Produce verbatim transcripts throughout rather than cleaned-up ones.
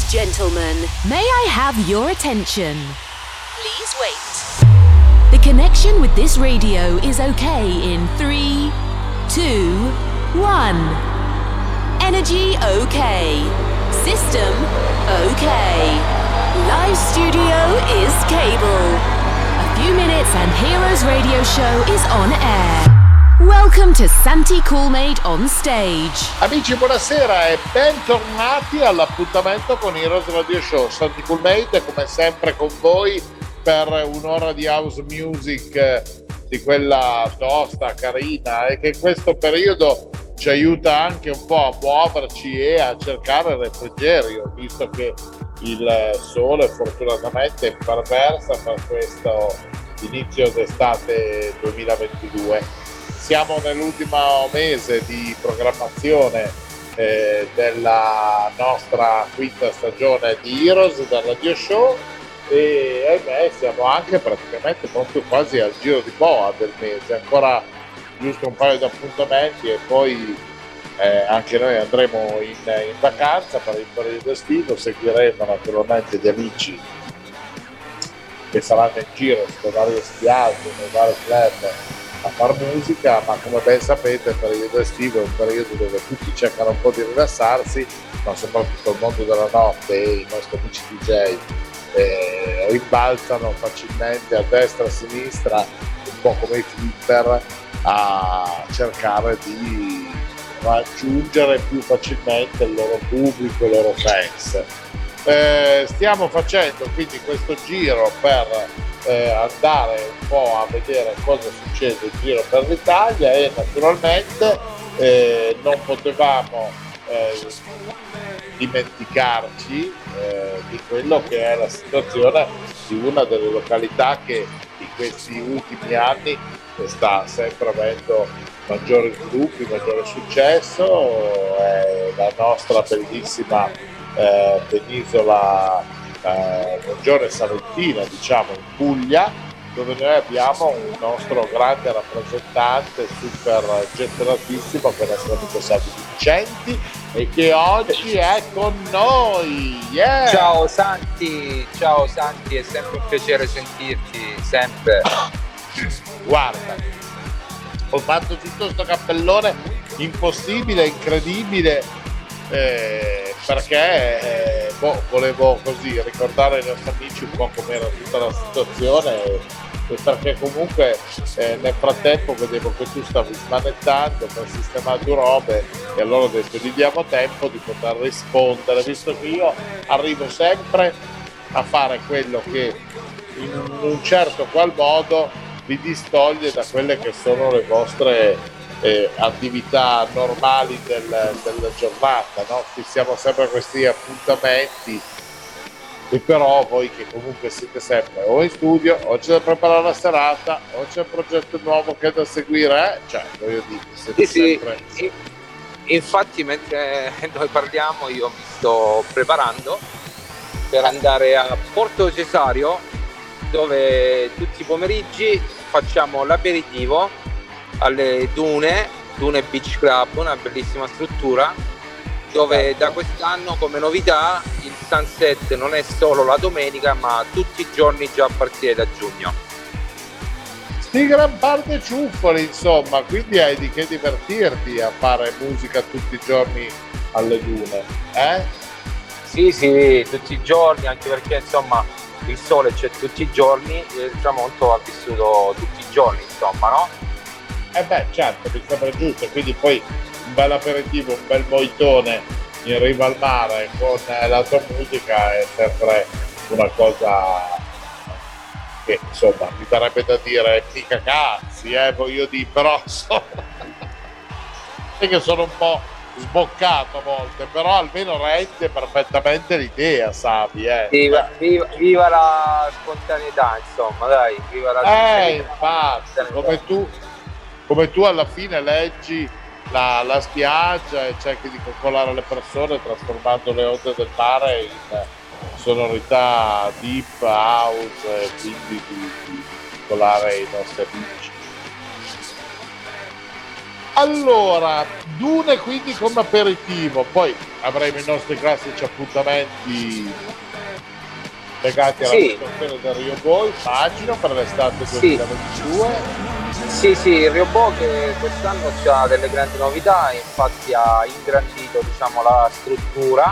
Gentlemen, may I have your attention? Please wait. The connection with this radio is okay in three, two, one. Energy okay. System okay. Live studio is cable. A few minutes and Heroes Radio Show is on air. Welcome to Santi Coolmade on stage. Amici, buonasera e bentornati all'appuntamento con Heroes Radio Show. Santi Coolmade come sempre con voi per un'ora di house music di quella tosta, carina, e che in questo periodo ci aiuta anche un po' a muoverci e a cercare il refrigerio, visto che il sole fortunatamente imperversa per questo inizio d'estate duemilaventidue. Siamo nell'ultimo mese di programmazione eh, della nostra quinta stagione di Heroes del Radio Show e ahimè siamo anche praticamente proprio quasi al giro di boa del mese, ancora giusto un paio di appuntamenti e poi eh, anche noi andremo in, in vacanza per il periodo estivo, seguiremo naturalmente gli amici che saranno in giro sulle varie spiagge, nei vari club a far musica, ma come ben sapete il periodo estivo è un periodo dove tutti cercano un po' di rilassarsi, ma soprattutto il mondo della notte e i nostri amici D J eh, rimbalzano facilmente a destra e a sinistra, un po' come i flipper, a cercare di raggiungere più facilmente il loro pubblico, i loro fans. Eh, stiamo facendo quindi questo giro per eh, andare un po' a vedere cosa succede in giro per l'Italia e naturalmente eh, non potevamo eh, dimenticarci eh, di quello che è la situazione di una delle località che in questi ultimi anni sta sempre avendo maggiori sviluppi, maggiore successo, è la nostra bellissima eh, penisola eh, Regione Salentina, diciamo in Puglia, dove noi abbiamo un nostro grande rappresentante super gettonatissimo che è il nostro amico Salvi Vincenti e che oggi è con noi. Yeah! Ciao Santi, ciao Santi, è sempre un piacere sentirti, sempre. Guarda, ho fatto tutto questo cappellone impossibile, incredibile, eh, perché eh, boh, volevo così ricordare ai nostri amici un po' com'era tutta la situazione e, e perché comunque eh, nel frattempo vedevo che tu stavi smanettando per sistemare due robe e allora ho detto gli diamo tempo di poter rispondere, visto che io arrivo sempre a fare quello che in un certo qual modo vi distoglie da quelle che sono le vostre eh, attività normali del, della giornata, no? Fissiamo sempre questi appuntamenti e però voi che comunque siete sempre o in studio o c'è da preparare la serata o c'è un progetto nuovo che è da seguire, eh? Cioè voglio dire, siete sì, sempre... sì. Infatti mentre noi parliamo io mi sto preparando per andare a Porto Cesario, dove tutti i pomeriggi facciamo l'aperitivo alle Dune, Dune Beach Club, una bellissima struttura dove da quest'anno come novità il sunset non è solo la domenica ma tutti i giorni già a partire da giugno. Sti gran parte ciuffoli, insomma, quindi hai di che divertirti a fare musica tutti i giorni alle Dune, eh? Sì, sì, tutti i giorni, anche perché insomma il sole c'è tutti i giorni e il tramonto ha vissuto tutti i giorni, insomma, no? Eh beh, certo, mi sembra giusto, quindi poi un bel aperitivo, un bel moitone in riva al mare con la tua musica è sempre una cosa che, insomma, mi darebbe da dire mica cazzi, eh, voglio dire, però so... è che sono un po' sboccato a volte, però almeno rende perfettamente l'idea, sapi, eh. Viva, viva, viva la spontaneità, insomma, dai, viva la eh, infatti, come tu, come tu alla fine leggi la, la spiaggia e cerchi di coccolare le persone trasformando le onde del mare in sonorità deep house e quindi di, di coccolare i nostri amici. Allora, Dune quindi come aperitivo, poi avremo i nostri classici appuntamenti legati alla Sì. situazione del Rio Boy, immagino, per l'estate duemilaventidue. Sì, sì, il Rio Boy che quest'anno ha delle grandi novità, infatti ha ingrandito, diciamo, la struttura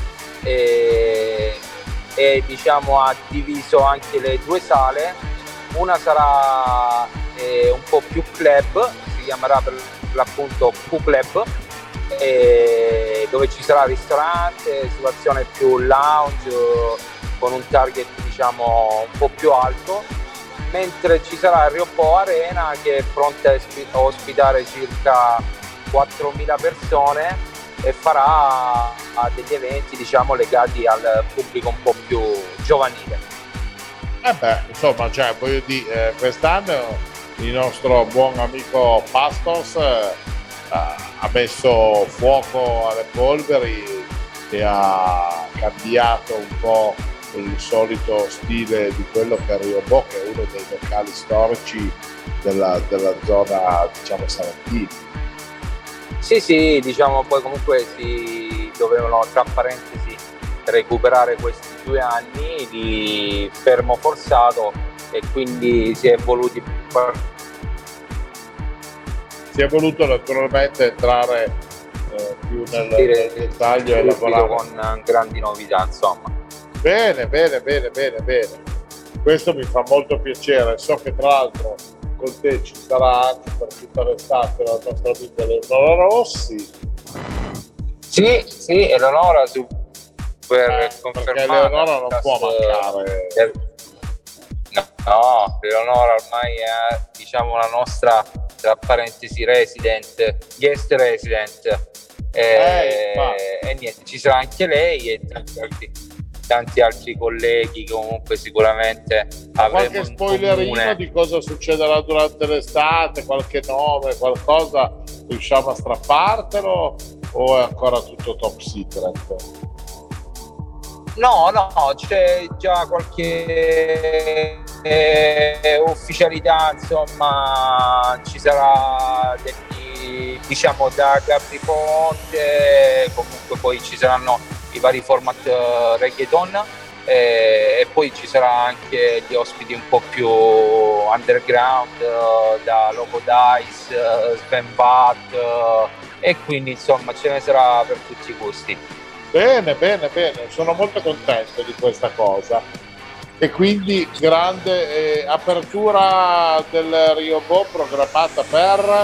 e, e diciamo, ha diviso anche le due sale. Una sarà eh, un po' più club, si chiamerà per l'appunto Q Club, eh, dove ci sarà ristorante, situazione più lounge, con un target, diciamo, un po' più alto, mentre ci sarà il Rio Po Arena che è pronta a ospitare circa quattromila persone e farà degli eventi, diciamo, legati al pubblico un po' più giovanile. Eh beh, insomma, cioè, voglio dire, eh, quest'anno il nostro buon amico Pastors eh, ha messo fuoco alle polveri e ha cambiato un po' il solito stile di quello che è Rio Bo, che è uno dei locali storici della, della zona, diciamo, salentina. Sì, sì, diciamo, poi comunque si dovevano, tra parentesi, recuperare questi due anni di fermo forzato e quindi si è voluti si è voluto naturalmente entrare eh, più nel, nel dettaglio e lavorare con grandi novità, insomma. Bene, bene, bene, bene, bene. Questo mi fa molto piacere. So che tra l'altro con te ci sarà anche per tutta l'estate la nostra amica Eleonora Rossi. Sì, sì, Eleonora su per eh, confermare. Perché Eleonora non può mancare. Eh, no, no, Eleonora ormai è, diciamo, la nostra, tra parentesi, resident, guest resident. E, eh, e niente, ci sarà anche lei e tanti altri, tanti altri colleghi che comunque sicuramente avremo qualche spoilerino di cosa succederà durante l'estate, qualche nome, qualcosa riusciamo a strappartelo o è ancora tutto top secret? No, no, c'è già qualche eh, ufficialità, insomma, ci sarà degli, diciamo, da Gabri Ponte, comunque poi ci saranno i vari format uh, reggaeton eh, e poi ci sarà anche gli ospiti un po' più underground uh, da Loco Dice, uh, Sven Bat uh, e quindi insomma ce ne sarà per tutti i gusti. Bene, bene, bene, sono molto contento di questa cosa e quindi grande eh, apertura del Rio Bo programmata per...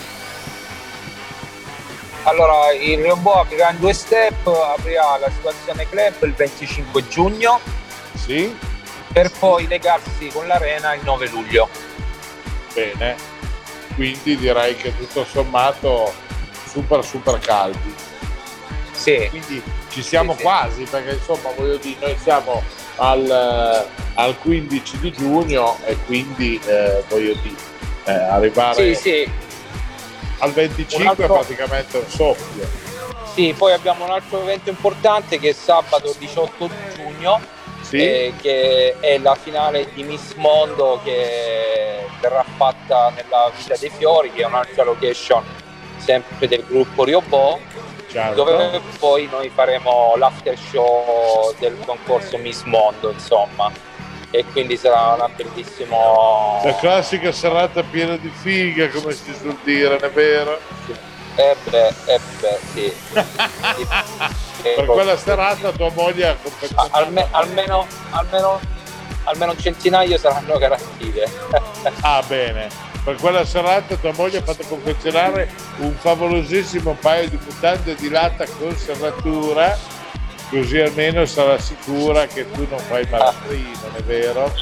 Allora, il Rio Bo aprirà in due step, aprirà la situazione club il venticinque giugno, sì, per poi legarsi con l'arena il nove luglio. Bene, quindi direi che tutto sommato super super caldi. Sì. Quindi ci siamo sì, quasi, sì. Perché insomma voglio dire, noi siamo al, al quindici di giugno e quindi eh, voglio dire, eh, arrivare... Sì, sì. Al venticinque altro... praticamente un soffio. Sì, poi abbiamo un altro evento importante che è sabato diciotto giugno, sì. eh, che è la finale di Miss Mondo che verrà fatta nella Villa dei Fiori, che è un'altra location sempre del gruppo Rio Bo, certo. Dove poi noi faremo l'after show del concorso Miss Mondo, insomma. E quindi sarà una bellissima... La classica serata piena di figa, come si suol dire, non è vero? Eh beh, eh beh, sì. Per quella serata tua moglie ha confezionato... Alme, almeno, almeno, almeno un centinaio saranno garantite. Ah, bene. Per quella serata tua moglie ha fatto confezionare un favolosissimo paio di mutande di latta con serratura, così almeno sarà sicura che tu non fai malandrino, non è vero?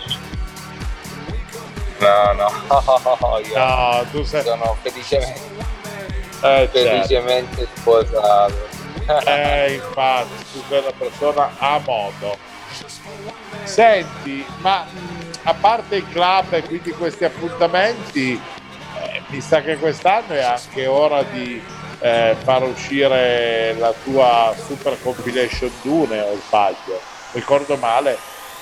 No, no, io no, tu sei... sono felicemente, eh, felicemente certo. sposato. Eh, infatti, tu sei una persona a modo. Senti, ma mh, a parte i club e quindi questi appuntamenti, eh, mi sa che quest'anno è anche ora di... Eh, far uscire la tua super compilation Dune, o sbaglio? Ricordo male?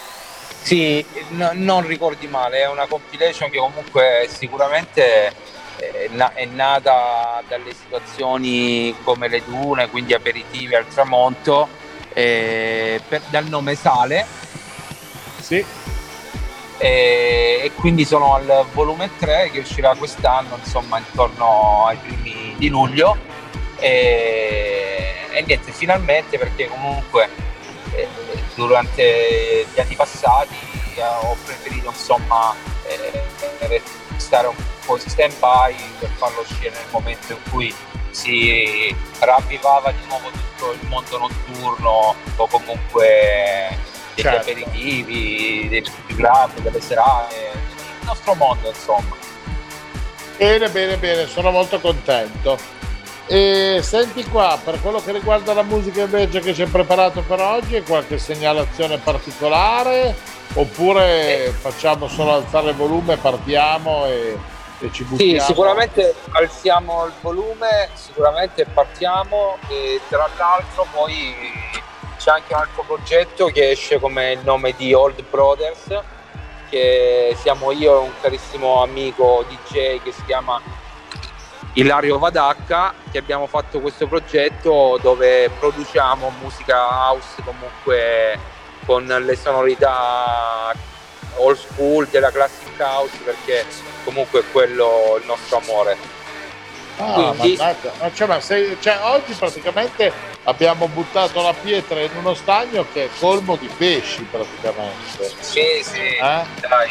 Sì, no, non ricordi male, è una compilation che comunque sicuramente è, na- è nata dalle situazioni come le dune, quindi aperitivi al tramonto, eh, per, dal nome Sale. Sì. E, e quindi sono al volume tre che uscirà quest'anno, insomma intorno ai primi di luglio, e, e niente, finalmente, perché comunque eh, durante gli anni passati eh, ho preferito insomma eh, restare un po' in stand by per farlo uscire nel momento in cui si ravvivava di nuovo tutto il mondo notturno, o comunque degli certo. aperitivi, dei club, delle serate, il nostro mondo insomma. Bene, bene, bene, sono molto contento. E senti qua, per quello che riguarda la musica invece che ci hai preparato per oggi, qualche segnalazione particolare oppure eh. facciamo solo alzare il volume, partiamo e, e ci buttiamo? Sì, sicuramente alziamo il volume, sicuramente partiamo, e tra l'altro poi c'è anche un altro progetto che esce come il nome di Old Brothers, che siamo io e un carissimo amico D J che si chiama Ilario Vadacca, che abbiamo fatto questo progetto dove produciamo musica house comunque con le sonorità old school della classic house, perché comunque è quello il nostro amore. Ah, quindi... ma, ma, cioè, ma sei, cioè, oggi praticamente abbiamo buttato la pietra in uno stagno che è colmo di pesci praticamente. Sì, sì, eh? dai.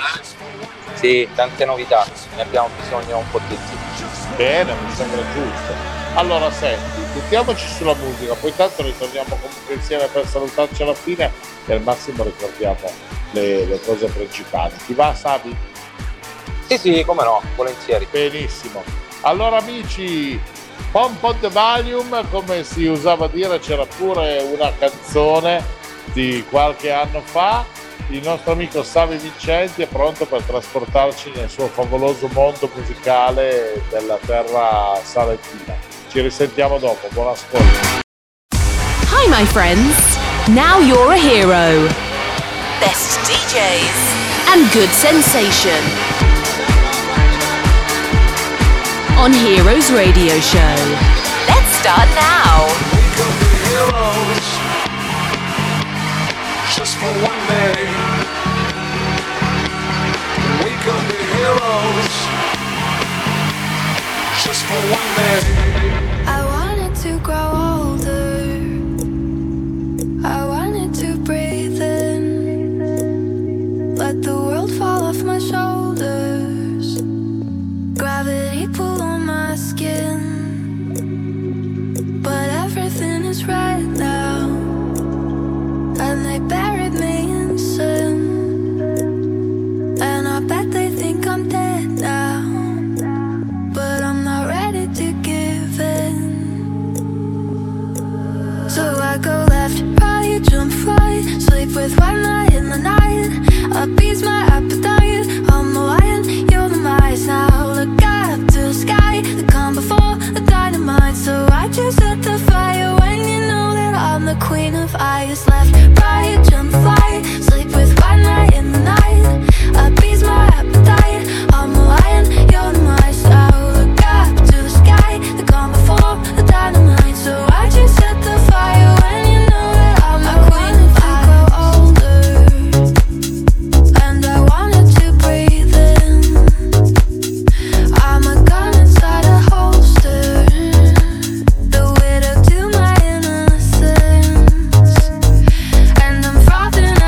Sì, tante novità, ne abbiamo bisogno un po' tutti. Bene, mi sembra giusto. Allora senti, buttiamoci sulla musica, poi tanto ritorniamo comunque insieme per salutarci alla fine e al massimo ricordiamo le, le cose principali. Ti va, Sabi? Sì, sì, come no, volentieri. Benissimo. Allora amici, pump on the volume, come si usava dire, c'era pure una canzone di qualche anno fa. Il nostro amico Savi Vincenti è pronto per trasportarci nel suo favoloso mondo musicale della terra salentina. Ci risentiamo dopo, buon ascolto. Hi my friends, now you're a hero. Best D Js and good sensation on Heroes Radio Show. Let's start now. We could be heroes just for one day. We could be heroes just for one day. I wanted to grow older. I wanted to breathe in. Let the world fall off my shoulders. Gravity pull on my skin. But everything is right now. And they buried me in sin. And I bet they think I'm dead now. But I'm not ready to give in. So I go left, right, jump right. Sleep with one eye in the night. Appease my appetite. I'm the lion, you're the mice. Now look up to the sky. The calm before the dynamite. So I just set the fire when you know that I'm the queen of ice. Left, right, jump right. Sleep with one eye in the night. Appease my appetite. I'm the lion, you're the mice. Now look up to the sky. The calm before the dynamite. So I just set the fire when you know that I'm the queen of ice. And I wanted to breathe in. I'm a gun inside a holster. The widow to my innocence. And I'm frothing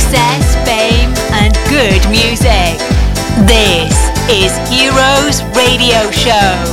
success, fame, and good music. This is Heroes Radio Show.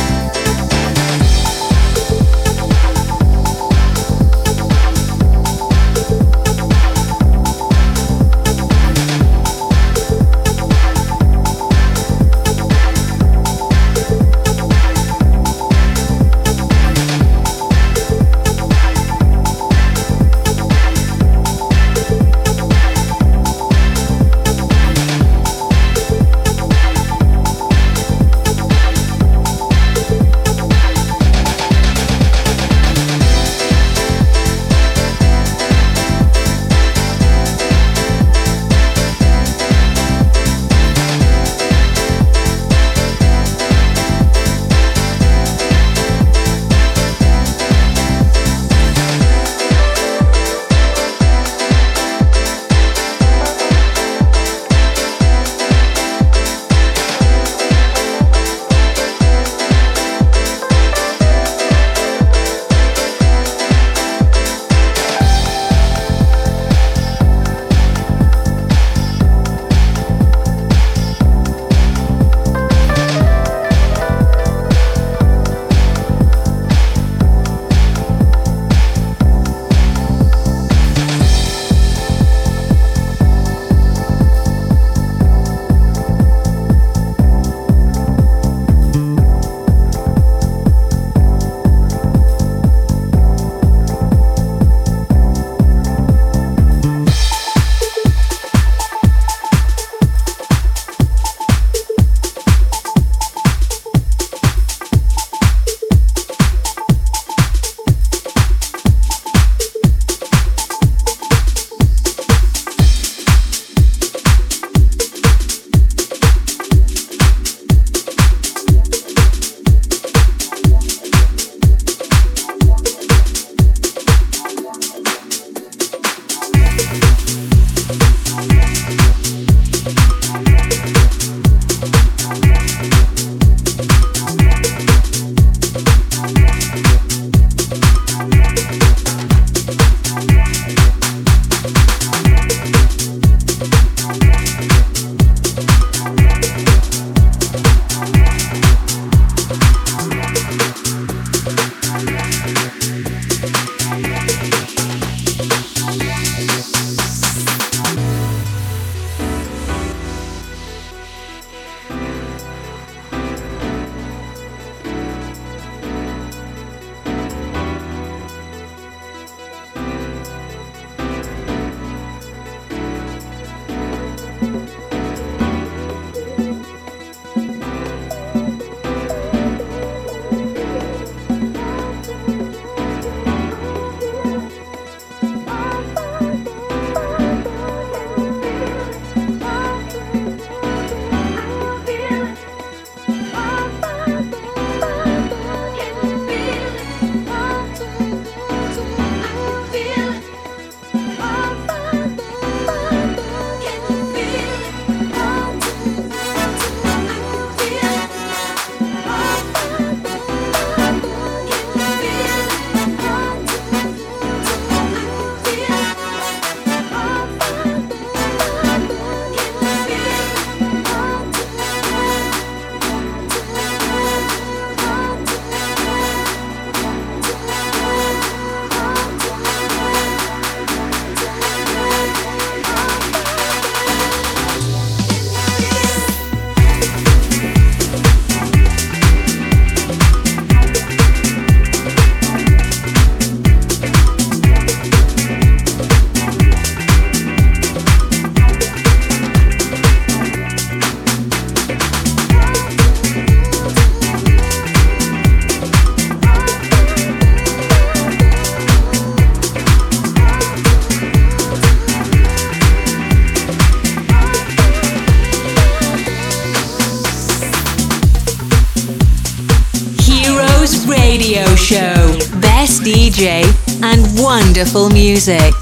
Radio Show. Best D J and wonderful music.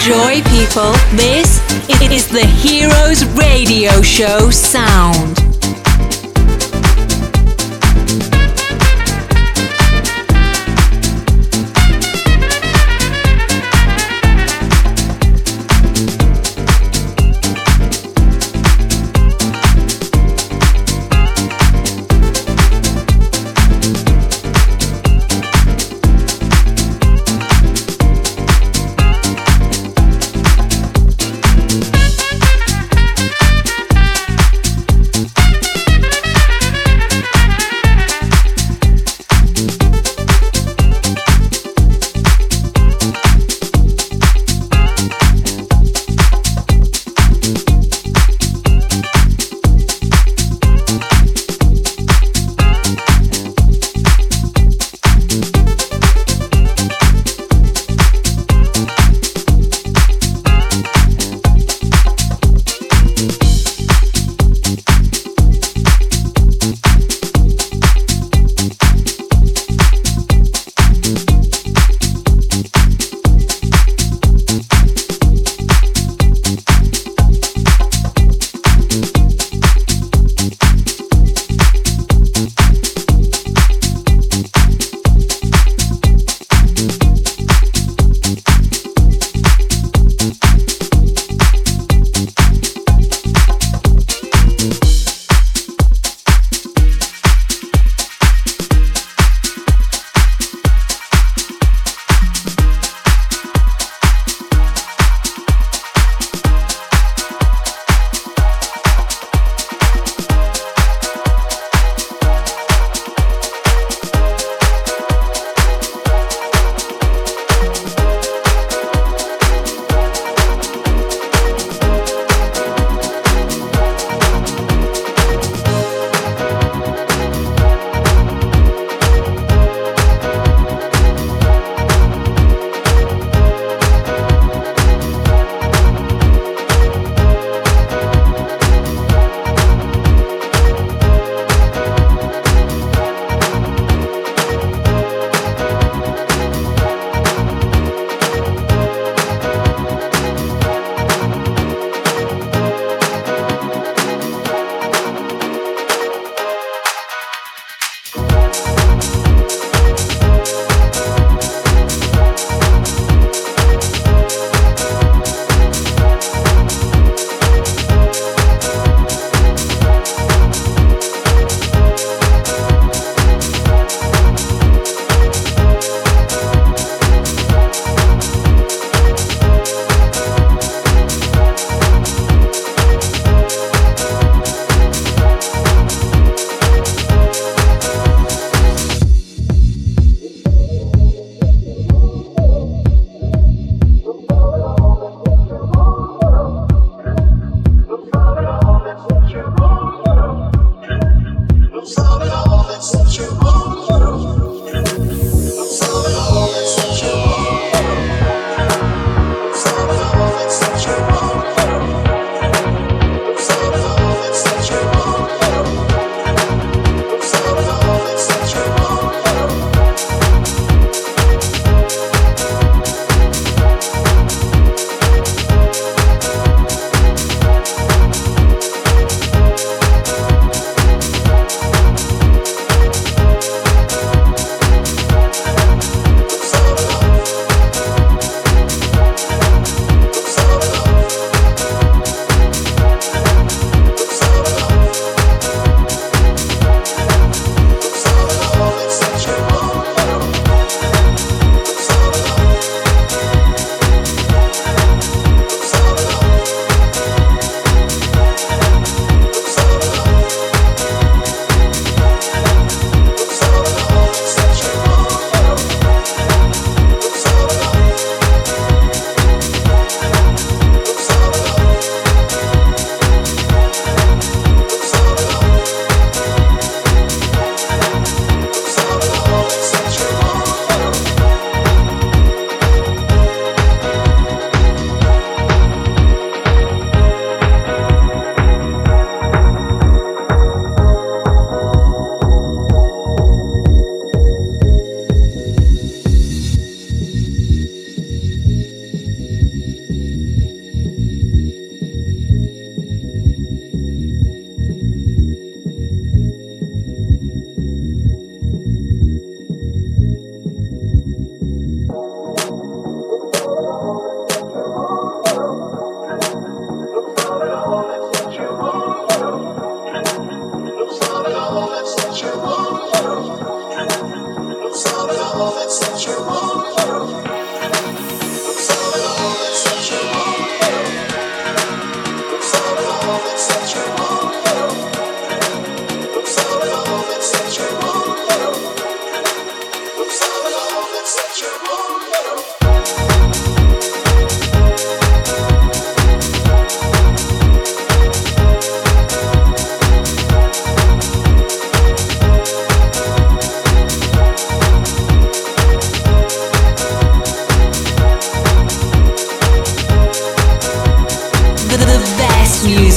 Enjoy, people. This is the Heroes Radio Show sound.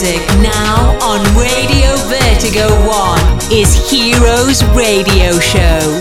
music now on Radio Vertigo One is Heroes Radio Show.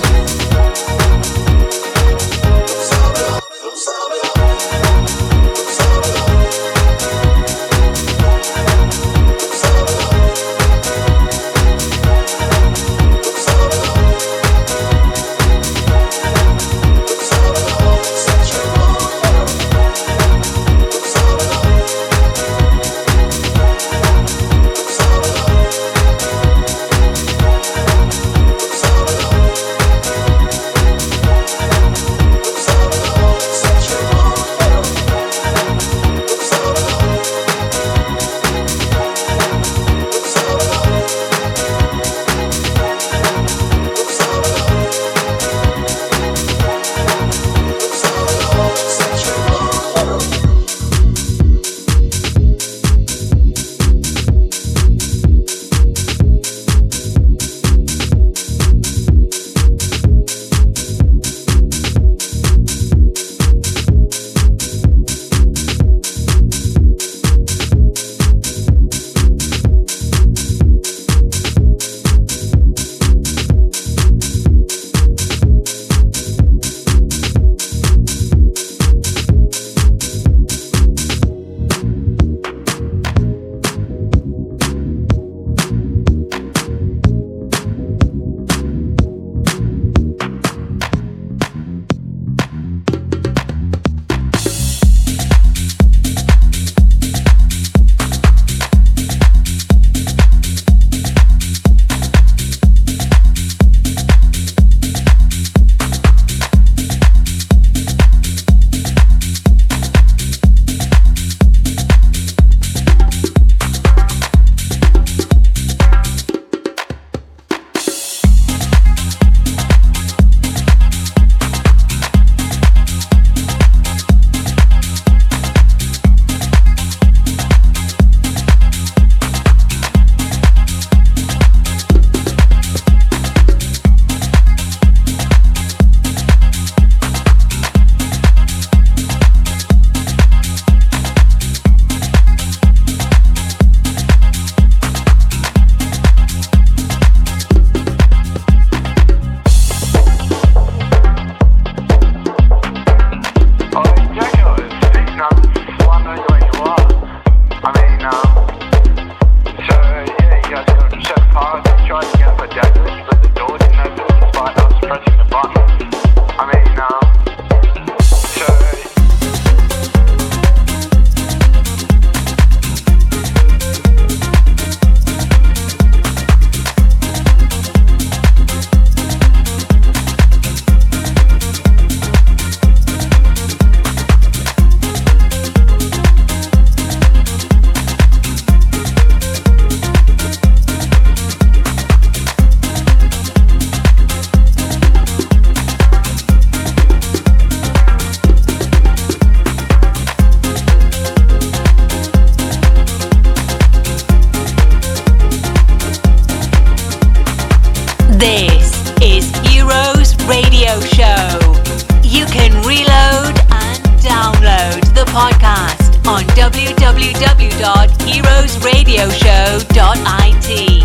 w w w dot heroes radio show dot i t.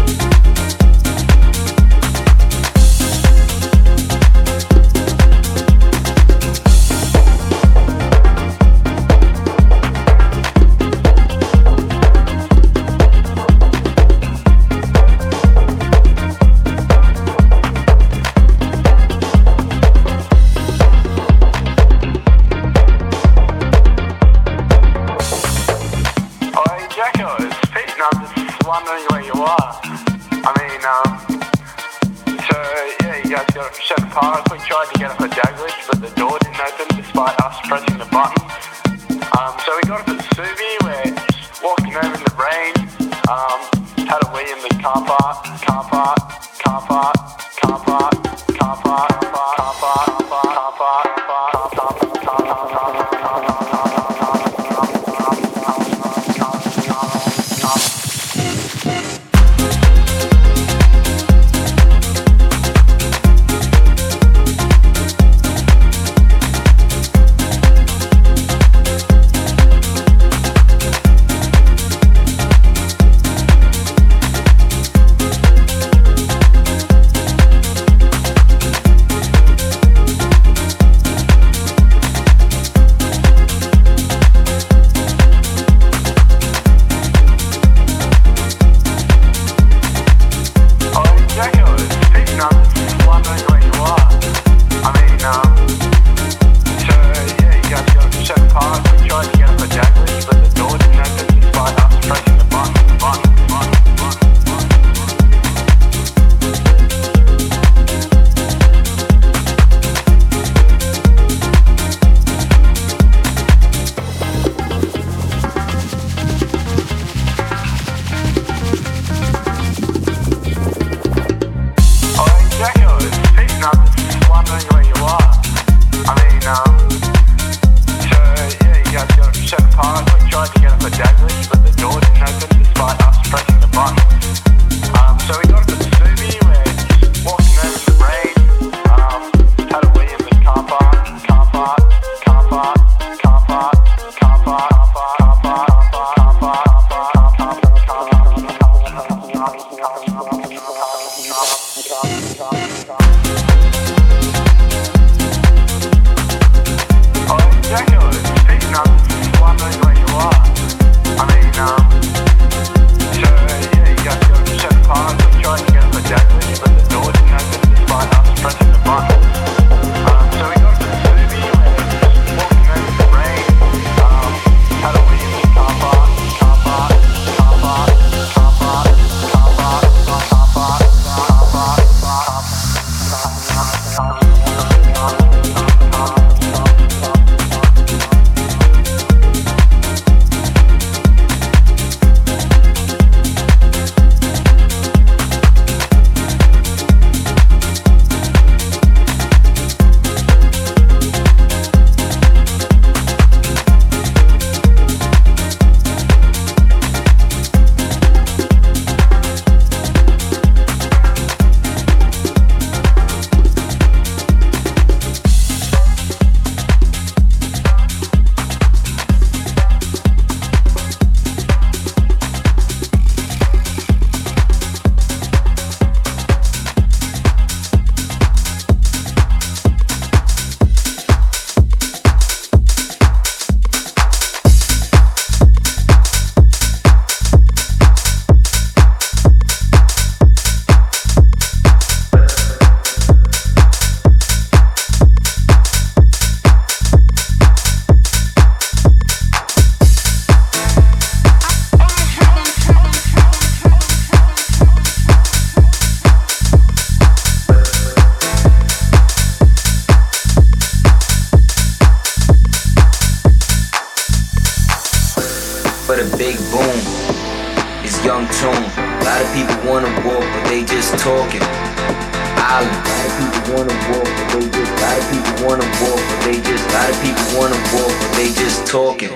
tune. A lot of people wanna walk, but they just talking. Island. A lot of people wanna walk, but they just. A lot of people wanna walk, but they just. A lot of people wanna walk, but they just talking.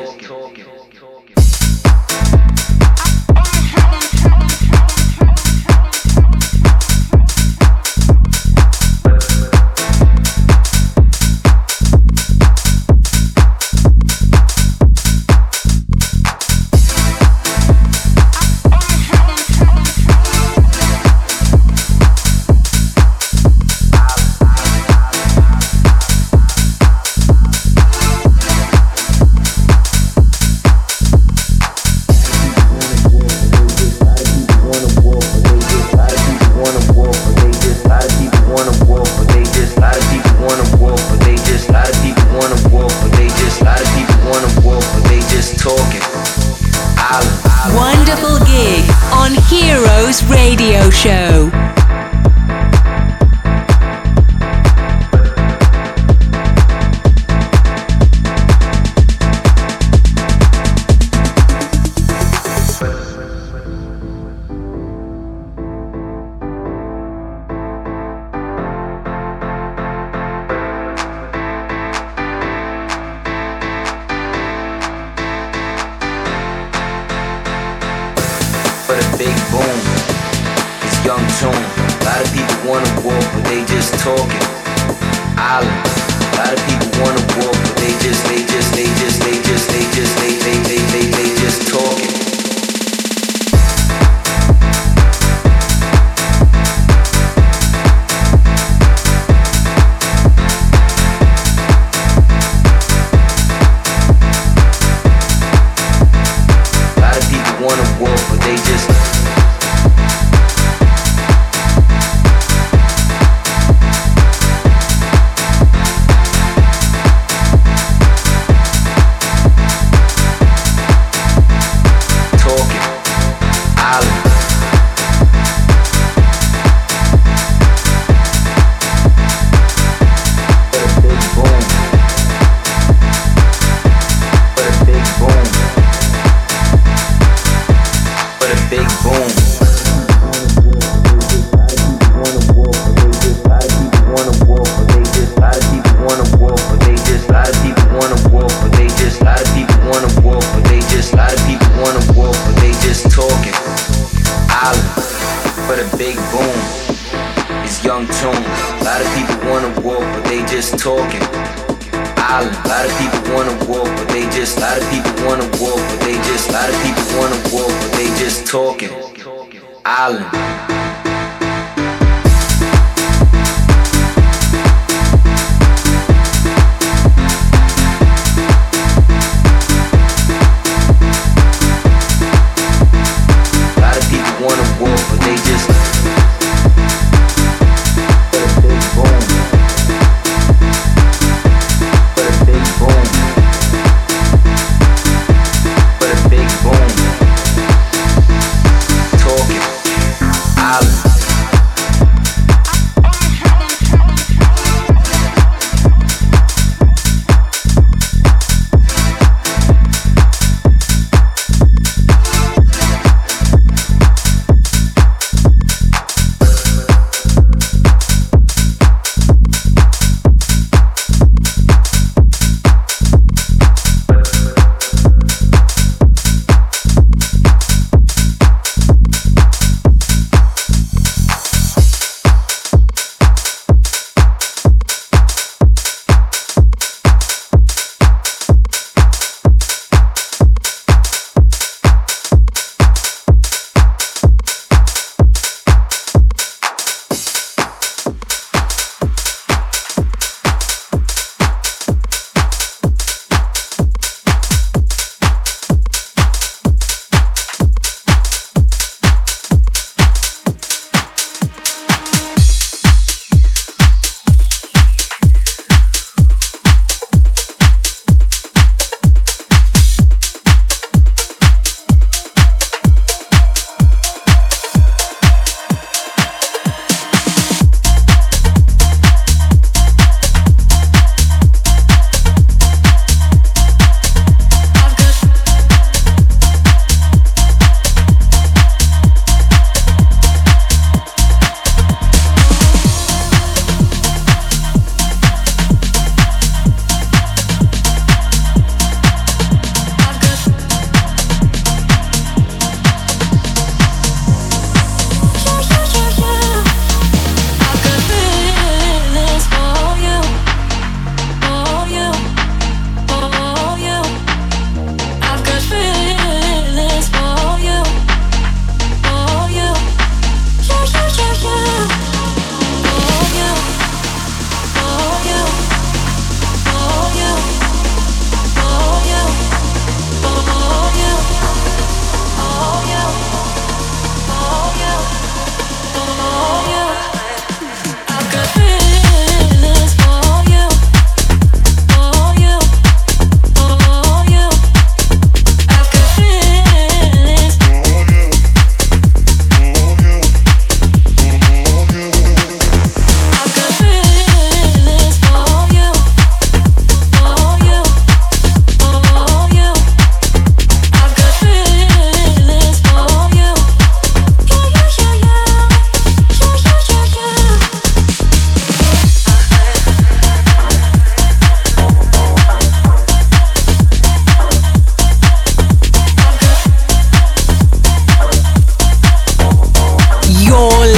Wonderful gig on Heroes Radio Show.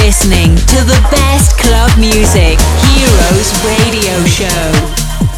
listening to the best club music, Heroes Radio Show.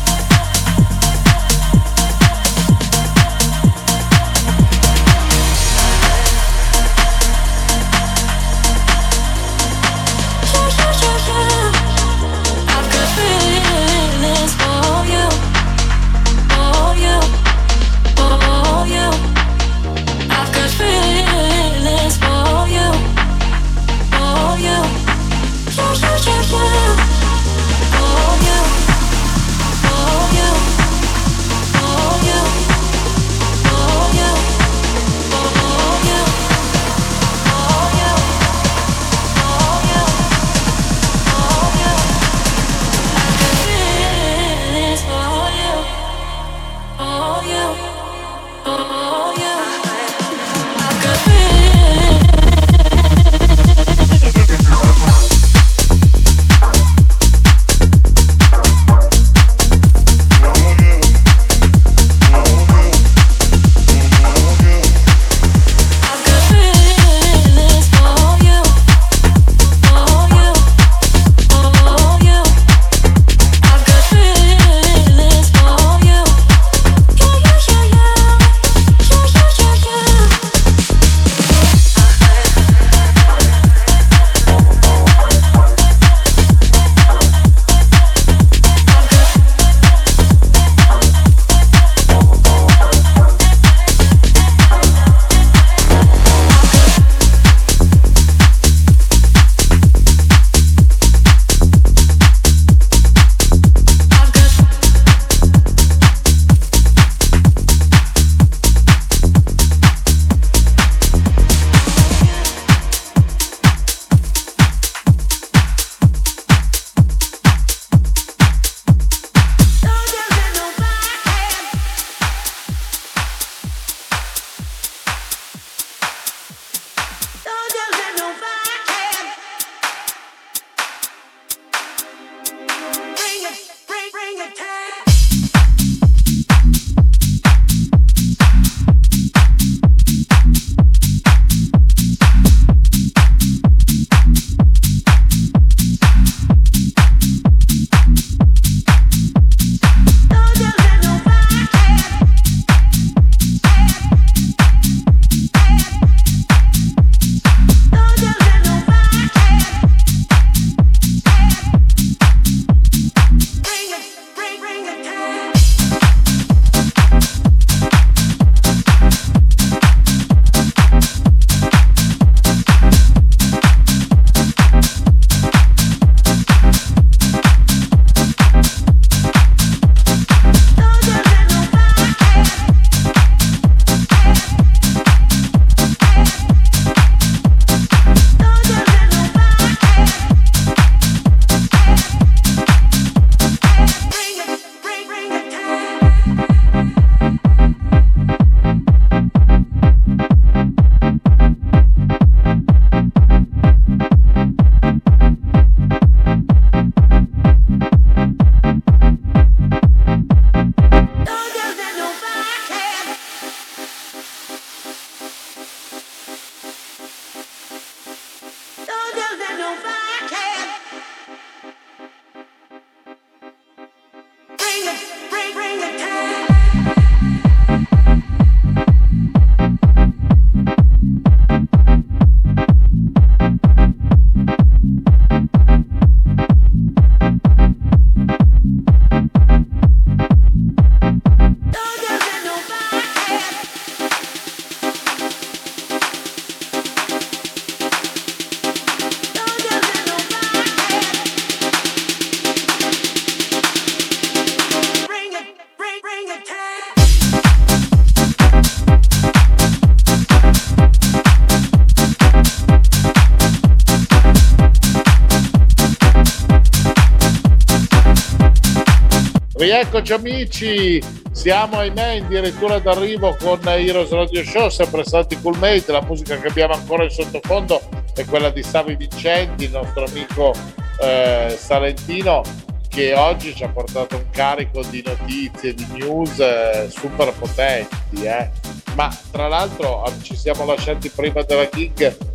Rieccoci amici, siamo ahimè addirittura d'arrivo con Heroes Radio Show, sempre stati Cool Mate. La musica che abbiamo ancora in sottofondo è quella di Savi Vincenti, il nostro amico eh, salentino, che oggi ci ha portato un carico di notizie, di news eh, super potenti, eh. Ma tra l'altro ci siamo lasciati prima della gig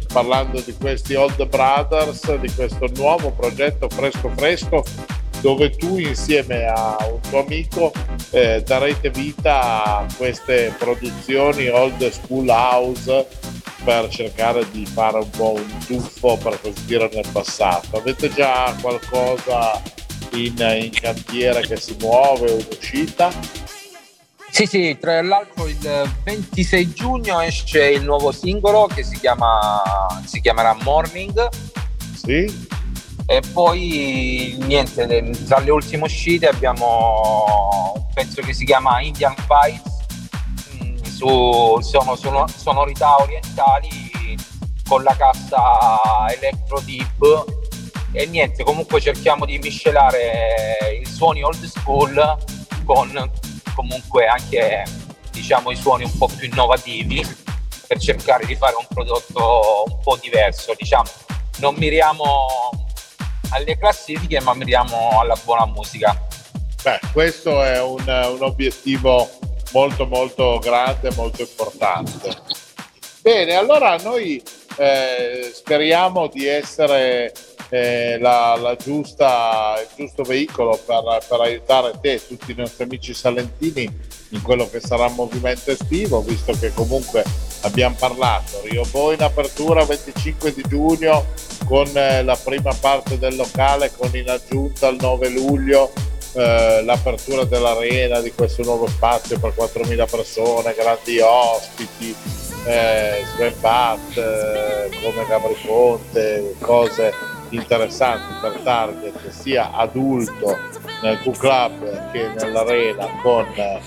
parlando di questi Old Brothers, di questo nuovo progetto fresco fresco dove tu insieme a un tuo amico eh, darete vita a queste produzioni old school house per cercare di fare un po' un tuffo, per così dire, nel passato. Avete già qualcosa in, in cantiere che si muove o in uscita? Sì, sì, tra l'altro il ventisei giugno esce il nuovo singolo che si chiama si chiamerà Morning. Sì. E poi niente, tra le ultime uscite abbiamo un pezzo che si chiama Indian Vibes, su sono, sono sonorità orientali con la cassa electro deep, e niente, comunque cerchiamo di miscelare i suoni old school con comunque anche, diciamo, i suoni un po' più innovativi, per cercare di fare un prodotto un po' diverso, diciamo. Non miriamo alle classifiche, ma miriamo alla buona musica. Beh, questo è un, un obiettivo molto molto grande, molto importante. Bene, allora noi eh, speriamo di essere eh, la, la giusta, il giusto veicolo per, per aiutare te e tutti i nostri amici salentini in quello che sarà il movimento estivo, visto che comunque abbiamo parlato Rio Bo in apertura venticinque di giugno con eh, la prima parte del locale, con in aggiunta il nove luglio eh, l'apertura dell'arena di questo nuovo spazio per quattromila persone, grandi ospiti, eh, Sven Pat, eh, come Gabri Ponte, cose interessanti per target sia adulto nel Q-Club che nell'arena, con eh,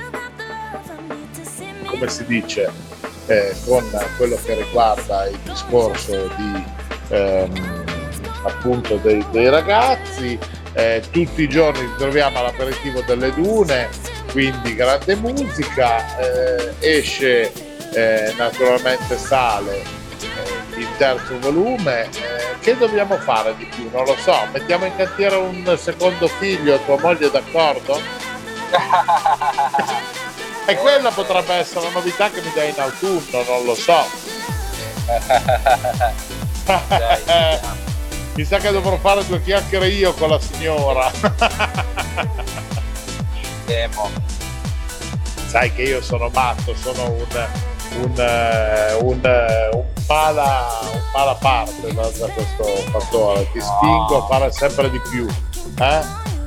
come si dice eh, con quello che riguarda il discorso di ehm, appunto dei, dei ragazzi. Eh, tutti i giorni ci troviamo all'aperitivo delle Dune, quindi grande musica. Eh, esce eh, naturalmente sale eh, il terzo volume. Eh, che dobbiamo fare di più? Non lo so, mettiamo in cantiere un secondo figlio, tua moglie è d'accordo? E quella potrebbe essere una novità che mi dai in autunno, non lo so. Dai, mi sa che dovrò fare due chiacchiere io con la signora. Demo. Sai che io sono matto, sono un un, un, un pala un pala parte da, da questo fattore, ti spingo a fare sempre di più, eh?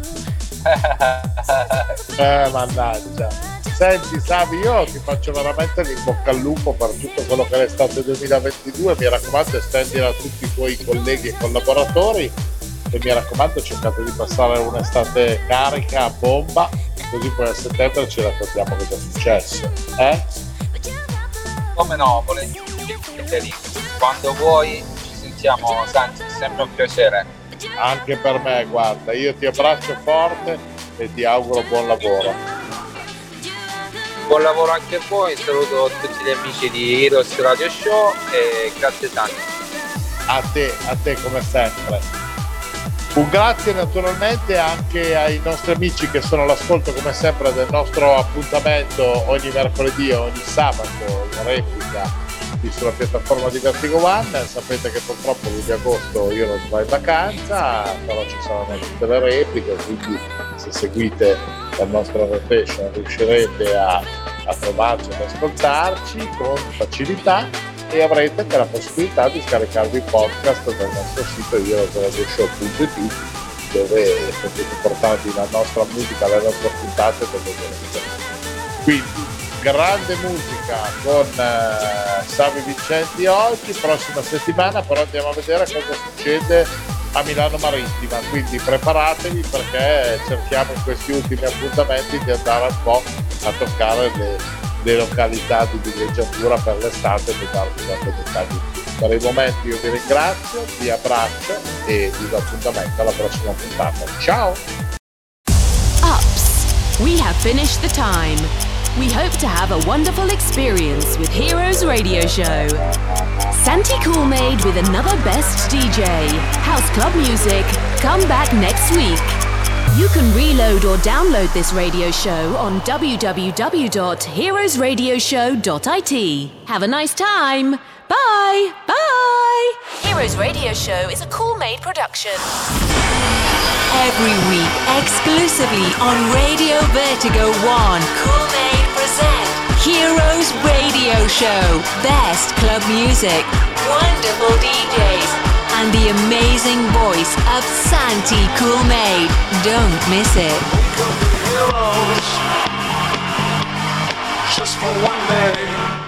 eh mannaggia. Senti Savi, io ti faccio veramente l'in bocca al lupo per tutto quello che è l'estate duemilaventidue, mi raccomando estendila a tutti i tuoi colleghi e collaboratori e mi raccomando cercate di passare un'estate carica a bomba, così poi a settembre ci raccontiamo cosa è successo, eh? Come no, volentieri, quando vuoi ci sentiamo, Santi, è sempre un piacere. Anche per me, guarda, io ti abbraccio forte e ti auguro buon lavoro. Buon lavoro anche a voi, saluto tutti gli amici di Heroes Radio Show e grazie tanto. A te, a te come sempre. Un grazie naturalmente anche ai nostri amici che sono all'ascolto come sempre del nostro appuntamento ogni mercoledì e ogni sabato in replica qui sulla piattaforma di Vertigo One. Sapete che purtroppo luglio agosto io non vado in vacanza, però ci saranno tutte le repliche, quindi se seguite la nostra rotation riuscirete a, a trovarci, ad ascoltarci con facilità e avrete anche la possibilità di scaricarvi il podcast dal nostro sito heroes radio show punto it, dove potete portarvi la nostra musica, le nostre puntate dove volete. Quindi grande musica con uh, Savi Vincenti oggi, prossima settimana però andiamo a vedere cosa succede a Milano Marittima, quindi preparatevi perché cerchiamo in questi ultimi appuntamenti di andare un po' a toccare le, le località di villeggiatura per l'estate e di darvi qualche dettaglio in più. Per il momento io vi ringrazio, vi abbraccio e vi do appuntamento alla prossima puntata. Ciao! Ups, we have finished the time. We hope to have a wonderful experience with Heroes Radio Show. Santi Coolmade with another best D J. House Club Music. Come back next week. You can reload or download this radio show on w w w dot heroes radio show dot i t. Have a nice time. Bye. Bye. Heroes Radio Show is a Cool-Made production. Every week, exclusively on Radio Vertigo One, Cool-Made present Heroes Radio Show. Best club music, wonderful D Js, and the amazing voice of Santi Cool-Made. Don't miss it. Heroes, just for one day.